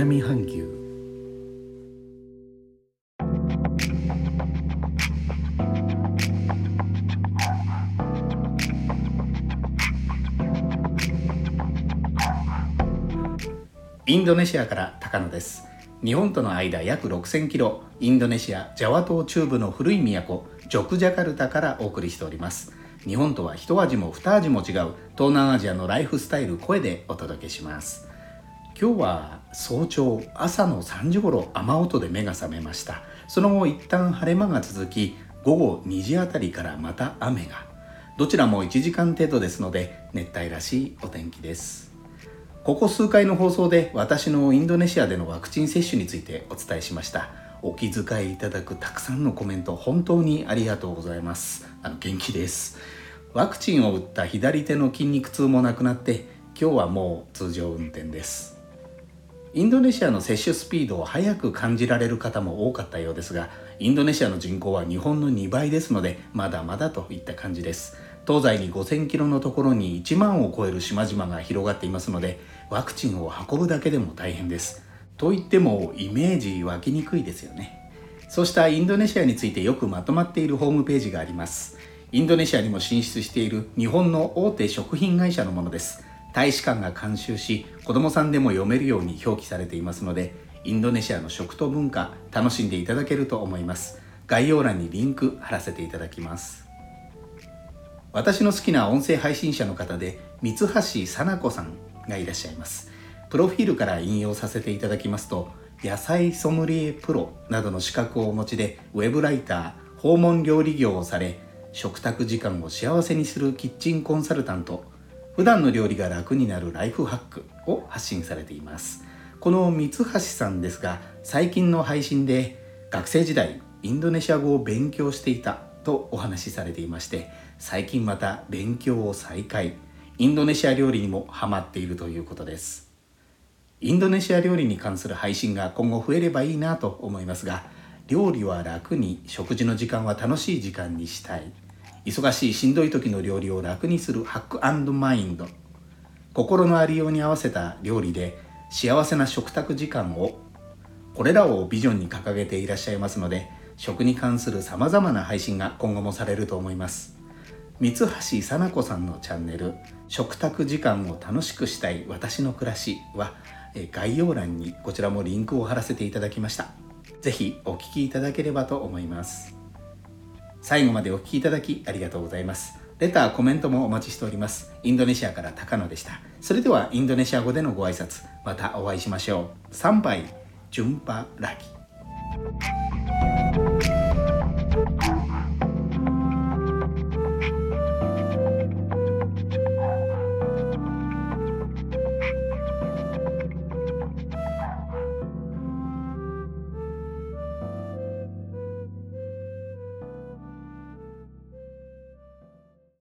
南半球。インドネシアから高野です。日本との間約6000キロ、インドネシアジャワ島中部の古い都ジョクジャカルタからお送りしております。日本とは一味も二味も違う東南アジアのライフスタイル声でお届けします。今日は早朝朝の3時頃雨音で目が覚めました。その後一旦晴れ間が続き、午後2時あたりからまた雨が。どちらも1時間程度ですので熱帯らしいお天気です。ここ数回の放送で私のインドネシアでのワクチン接種についてお伝えしました。お気遣いいただくたくさんのコメント本当にありがとうございます。元気です。ワクチンを打った左手の筋肉痛もなくなって今日はもう通常運転です。インドネシアの接種スピードを早く感じられる方も多かったようですが、インドネシアの人口は日本の2倍ですのでまだまだといった感じです。東西に5000キロのところに1万を超える島々が広がっていますので、ワクチンを運ぶだけでも大変です。といってもイメージ湧きにくいですよね。そうしたインドネシアについてよくまとまっているホームページがあります。インドネシアにも進出している日本の大手食品会社のものです。大使館が監修し、子どもさんでも読めるように表記されていますので、インドネシアの食と文化楽しんでいただけると思います。概要欄にリンク貼らせていただきます。私の好きな音声配信者の方で三橋さな子さんがいらっしゃいます。プロフィールから引用させていただきますと、野菜ソムリエプロなどの資格をお持ちでウェブライター、訪問料理業をされ、食卓時間を幸せにするキッチンコンサルタント、普段の料理が楽になるライフハックを発信されています。この三橋さんですが、最近の配信で学生時代インドネシア語を勉強していたとお話しされていまして、最近また勉強を再開、インドネシア料理にもハマっているということです。インドネシア料理に関する配信が今後増えればいいなと思いますが、料理は楽に、食事の時間は楽しい時間にしたい、忙しいしんどい時の料理を楽にするハック&マインド、心のありように合わせた料理で幸せな食卓時間を、これらをビジョンに掲げていらっしゃいますので、食に関するさまざまな配信が今後もされると思います。三橋さな子さんのチャンネル、食卓時間を楽しくしたい私の暮らしは、概要欄にこちらもリンクを貼らせていただきました。ぜひお聞きいただければと思います。最後までお聞きいただきありがとうございます。レター、コメントもお待ちしております。インドネシアから高野でした。それではインドネシア語でのご挨拶、またお会いしましょう。サンバイ、ジュンパラギ。